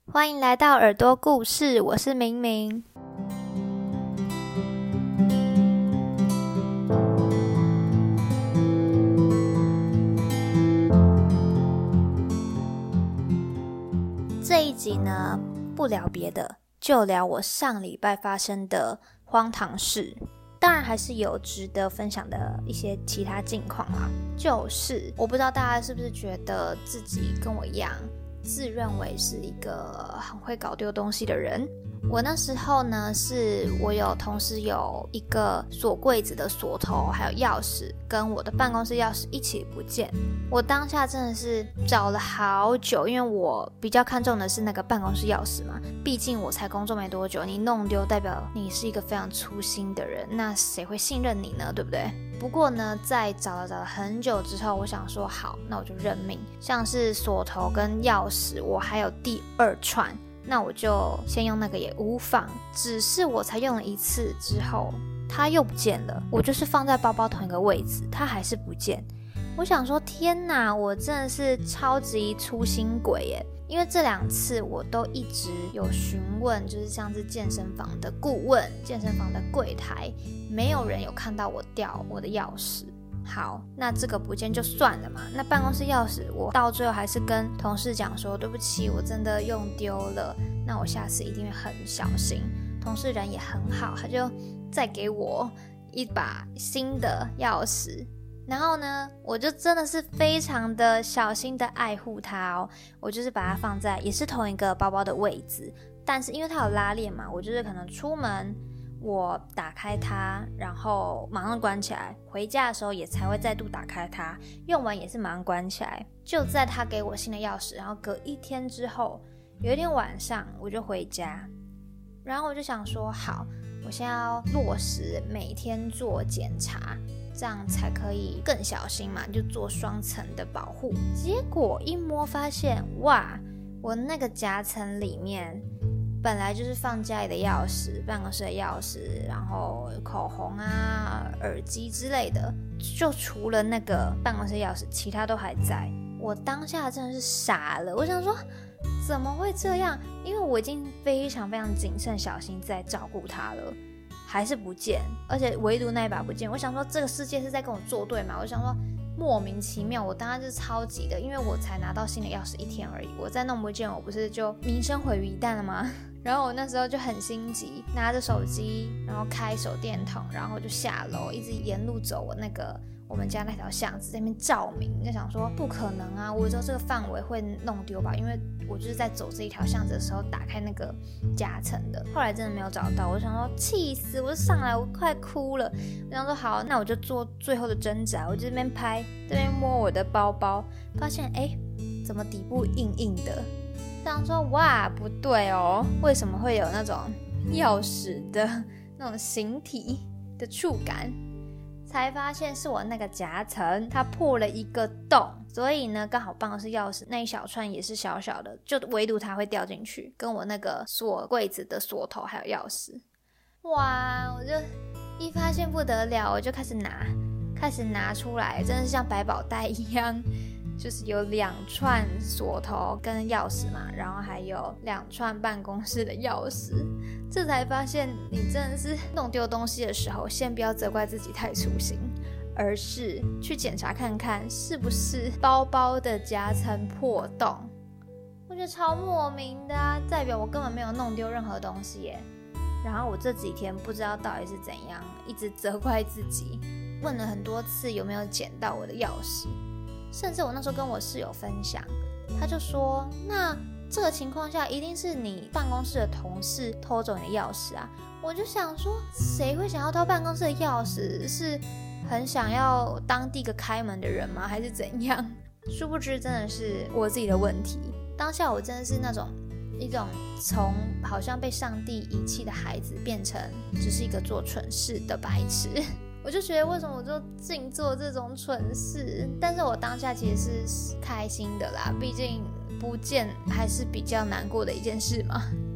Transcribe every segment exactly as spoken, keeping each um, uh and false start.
欢迎来到耳朵故事，我是明明。这一集呢，不聊别的，就聊我上礼拜发生的荒唐事。当然还是有值得分享的一些其他近况啦。就是我不知道大家是不是觉得自己跟我一样，自认为是一个很会搞丢东西的人。我那时候呢，是我有同时有一个锁柜子的锁头，还有钥匙，跟我的办公室钥匙一起不见。我当下真的是找了好久，因为我比较看重的是那个办公室钥匙嘛，毕竟我才工作没多久，你弄丢代表你是一个非常粗心的人，那谁会信任你呢？对不对？不过呢，在找了找了很久之后，我想说好，那我就认命。像是锁头跟钥匙，我还有第二串，那我就先用那个也无妨。只是我才用了一次之后，它又不见了。我就是放在包包同一个位置，它还是不见。我想说，天哪，我真的是超级粗心鬼耶！因为这两次我都一直有询问，就是像是健身房的顾问、健身房的柜台，没有人有看到我掉我的钥匙。好，那这个不见就算了嘛。那办公室钥匙，我到最后还是跟同事讲说，对不起，我真的用丢了，那我下次一定会很小心。同事人也很好，他就再给我一把新的钥匙。然后呢，我就真的是非常的小心的爱护它哦，我就是把它放在也是同一个包包的位置，但是因为它有拉链嘛，我就是可能出门我打开它，然后马上关起来，回家的时候也才会再度打开它，用完也是马上关起来。就在他给我新的钥匙，然后隔一天之后，有一天晚上我就回家，然后我就想说好，我现在要落实每天做检查，这样才可以更小心嘛，就做双层的保护。结果一摸发现，哇，我那个夹层里面本来就是放家里的钥匙、办公室的钥匙，然后口红啊、耳机之类的，就除了那个办公室钥匙，其他都还在。我当下真的是傻了，我想说怎么会这样？因为我已经非常非常谨慎小心在照顾它了，还是不见，而且唯独那一把不见。我想说这个世界是在跟我作对嘛？我想说莫名其妙，我当然就是超级的，因为我才拿到新的钥匙一天而已，我再弄不见，我不是就名声毁于一旦了吗？然后我那时候就很心急，拿着手机，然后开手电筒，然后就下楼，一直沿路走我那个我们家那条巷子，在那边照明，就想说不可能啊，我知道这个范围会弄丢吧，因为我就是在走这一条巷子的时候打开那个夹层的，后来真的没有找到，我就想说气死，我就上来，我快哭了，我想说好，那我就做最后的挣扎，我就这边拍，这边摸我的包包，发现哎，怎么底部硬硬的？想说哇，不对哦，为什么会有那种钥匙的那种形体的触感？才发现是我那个夹层它破了一个洞，所以呢刚好办公室钥匙那一小串也是小小的，就唯独它会掉进去，跟我那个锁柜子的锁头还有钥匙。哇，我就一发现不得了，我就开始拿开始拿出来，真的是像百宝袋一样，就是有两串锁头跟钥匙嘛，然后还有两串办公室的钥匙。这才发现你真的是弄丢东西的时候，先不要责怪自己太粗心，而是去检查看看是不是包包的夹层破洞。我觉得超莫名的啊，代表我根本没有弄丢任何东西耶。然后我这几天不知道到底是怎样，一直责怪自己，问了很多次有没有捡到我的钥匙，甚至我那时候跟我室友分享，他就说那这个情况下一定是你办公室的同事偷走你的钥匙啊。我就想说谁会想要偷办公室的钥匙，是很想要当第一个开门的人吗？还是怎样？殊不知真的是我自己的问题。当下我真的是那种一种从好像被上帝遗弃的孩子变成只是一个做蠢事的白痴。我就觉得为什么我就净做这种蠢事，但是我当下其实是开心的啦，毕竟不见还是比较难过的一件事嘛。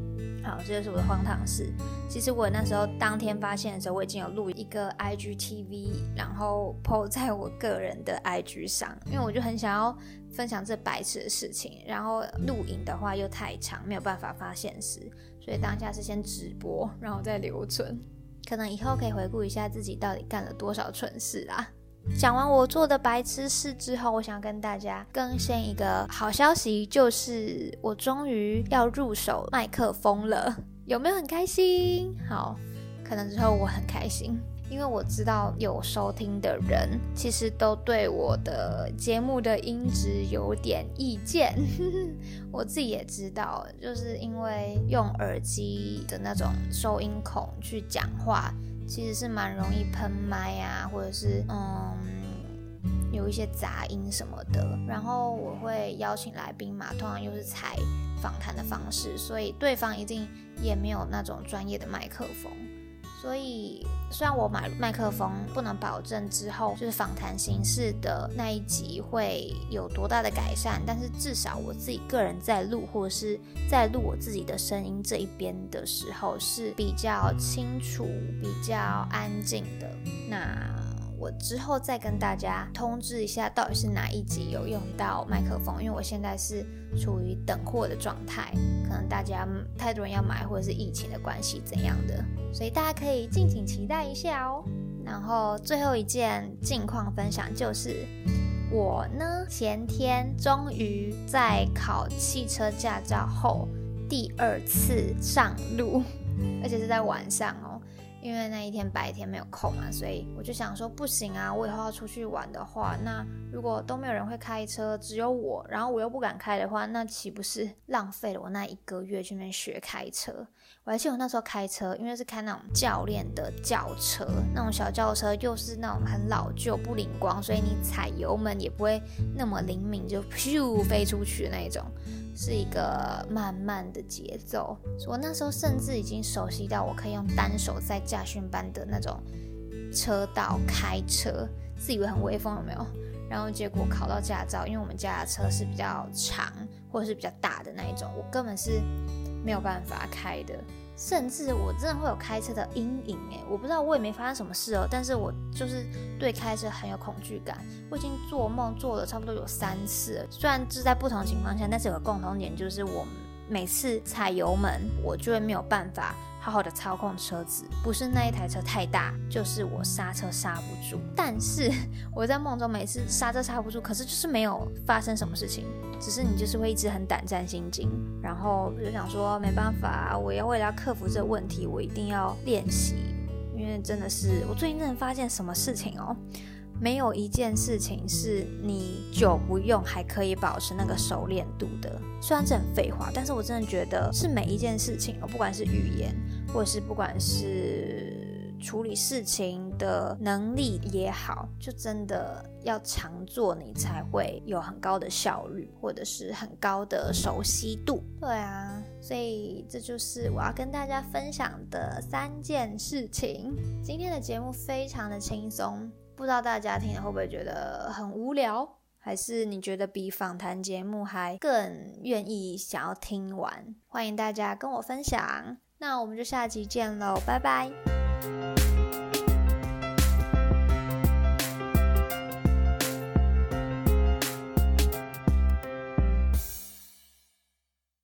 好，这就是我的荒唐事。其实我那时候当天发现的时候，我已经有录一个 I G T V， 然后 po 在我个人的 I G 上，因为我就很想要分享这白痴的事情，然后录影的话又太长，没有办法发现时，所以当下是先直播，然后再留存。可能以后可以回顾一下自己到底干了多少蠢事啦。讲完我做的白痴事之后，我想跟大家更新一个好消息，就是我终于要入手麦克风了，有没有很开心？好，可能之后我很开心，因为我知道有收听的人其实都对我的节目的音质有点意见我自己也知道，就是因为用耳机的那种收音孔去讲话其实是蛮容易喷麦啊，或者是嗯有一些杂音什么的。然后我会邀请来宾嘛，通常又是采访谈的方式，所以对方一定也没有那种专业的麦克风。所以虽然我买麦克风不能保证之后就是访谈形式的那一集会有多大的改善，但是至少我自己个人在录或者是在录我自己的声音这一边的时候是比较清楚比较安静的。那我之后再跟大家通知一下到底是哪一集有用到麦克风，因为我现在是处于等货的状态，可能大家太多人要买或者是疫情的关系怎样的，所以大家可以敬请期待一下哦。然后最后一件近况分享就是我呢前天终于在考汽车驾照后第二次上路，而且是在晚上哦，因为那一天白天没有空嘛，所以我就想说不行啊，我以后要出去玩的话，那如果都没有人会开车，只有我，然后我又不敢开的话，那岂不是浪费了我那一个月去那边学开车。我还记得我那时候开车，因为是开那种教练的轿车，那种小轿车又是那种很老旧不灵光，所以你踩油门也不会那么灵敏，就咻飞出去的那种，是一个慢慢的节奏。我那时候甚至已经熟悉到我可以用单手在驾训班的那种车道开车，自以为很威风有没有？然后结果考到驾照，因为我们家的车是比较长或者是比较大的那一种，我根本是没有办法开的，甚至我真的会有开车的阴影耶。我不知道，我也没发生什么事哦，但是我就是对开车很有恐惧感。我已经做梦做了差不多有三次了，虽然是在不同情况下，但是有个共同点，就是我每次踩油门我就会没有办法好好的操控车子，不是那一台车太大，就是我刹车刹不住。但是我在梦中每次刹车刹不住，可是就是没有发生什么事情，只是你就是会一直很胆战心惊。然后我就想说没办法，我要为了要克服这个问题，我一定要练习。因为真的是我最近真的发现什么事情哦，没有一件事情是你久不用还可以保持那个熟练度的。虽然这很废话，但是我真的觉得是每一件事情，不管是语言，或者是不管是处理事情的能力也好，就真的要常做，你才会有很高的效率，或者是很高的熟悉度。对啊，所以这就是我要跟大家分享的三件事情。今天的节目非常的轻松，不知道大家听了会不会觉得很无聊，还是你觉得比访谈节目还更愿意想要听完？欢迎大家跟我分享。那我们就下集见喽，拜拜。